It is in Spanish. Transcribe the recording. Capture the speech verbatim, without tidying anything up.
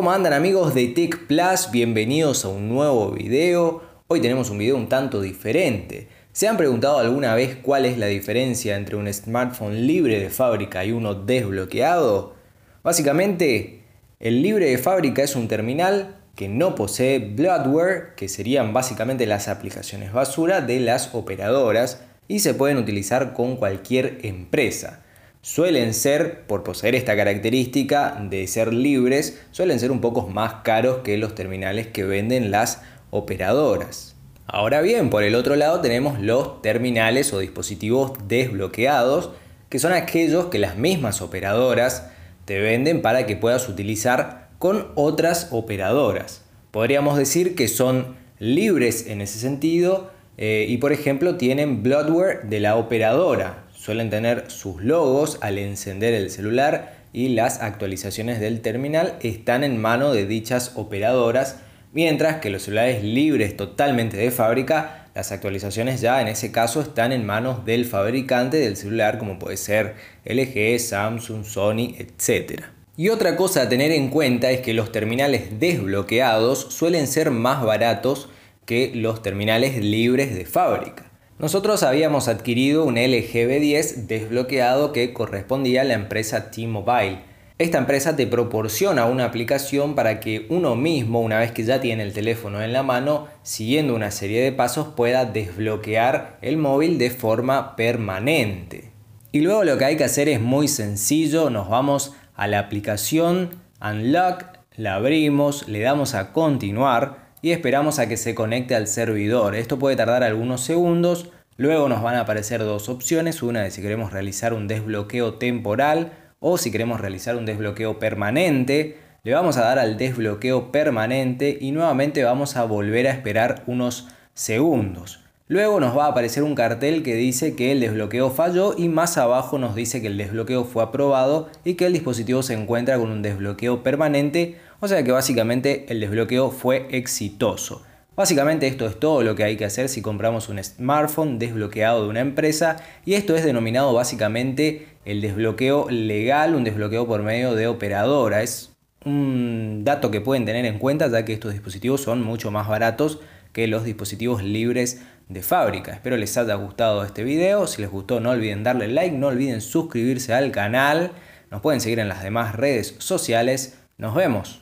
¿Cómo andan amigos de Tech Plus? Bienvenidos a un nuevo video. Hoy tenemos un video un tanto diferente. ¿Se han preguntado alguna vez cuál es la diferencia entre un smartphone libre de fábrica y uno desbloqueado? Básicamente, el libre de fábrica es un terminal que no posee bloatware, que serían básicamente las aplicaciones basura de las operadoras, y se pueden utilizar con cualquier empresa. Suelen ser, por poseer esta característica de ser libres, suelen ser un poco más caros que los terminales que venden las operadoras. Ahora bien, por el otro lado tenemos los terminales o dispositivos desbloqueados, que son aquellos que las mismas operadoras te venden para que puedas utilizar con otras operadoras. Podríamos decir que son libres en ese sentido eh, y por ejemplo tienen bloatware de la operadora. Suelen tener sus logos al encender el celular y las actualizaciones del terminal están en mano de dichas operadoras, mientras que los celulares libres totalmente de fábrica, las actualizaciones ya en ese caso están en manos del fabricante del celular, como puede ser L G, Samsung, Sony, etcétera. Y otra cosa a tener en cuenta es que los terminales desbloqueados suelen ser más baratos que los terminales libres de fábrica. Nosotros habíamos adquirido un L G V diez desbloqueado que correspondía a la empresa T-Mobile. Esta empresa te proporciona una aplicación para que uno mismo, una vez que ya tiene el teléfono en la mano, siguiendo una serie de pasos pueda desbloquear el móvil de forma permanente. Y luego lo que hay que hacer es muy sencillo, nos vamos a la aplicación Unlock, la abrimos, le damos a continuar y esperamos a que se conecte al servidor. Esto puede tardar algunos segundos. Luego nos van a aparecer dos opciones, una de si queremos realizar un desbloqueo temporal o si queremos realizar un desbloqueo permanente. Le vamos a dar al desbloqueo permanente y nuevamente vamos a volver a esperar unos segundos. Luego nos va a aparecer un cartel que dice que el desbloqueo falló y más abajo nos dice que el desbloqueo fue aprobado y que el dispositivo se encuentra con un desbloqueo permanente, o sea que básicamente el desbloqueo fue exitoso. Básicamente esto es todo lo que hay que hacer si compramos un smartphone desbloqueado de una empresa, y esto es denominado básicamente el desbloqueo legal, un desbloqueo por medio de operadora. Es un dato que pueden tener en cuenta ya que estos dispositivos son mucho más baratos que los dispositivos libres de fábrica. Espero les haya gustado este video. Si les gustó no olviden darle like, no olviden suscribirse al canal. Nos pueden seguir en las demás redes sociales. Nos vemos.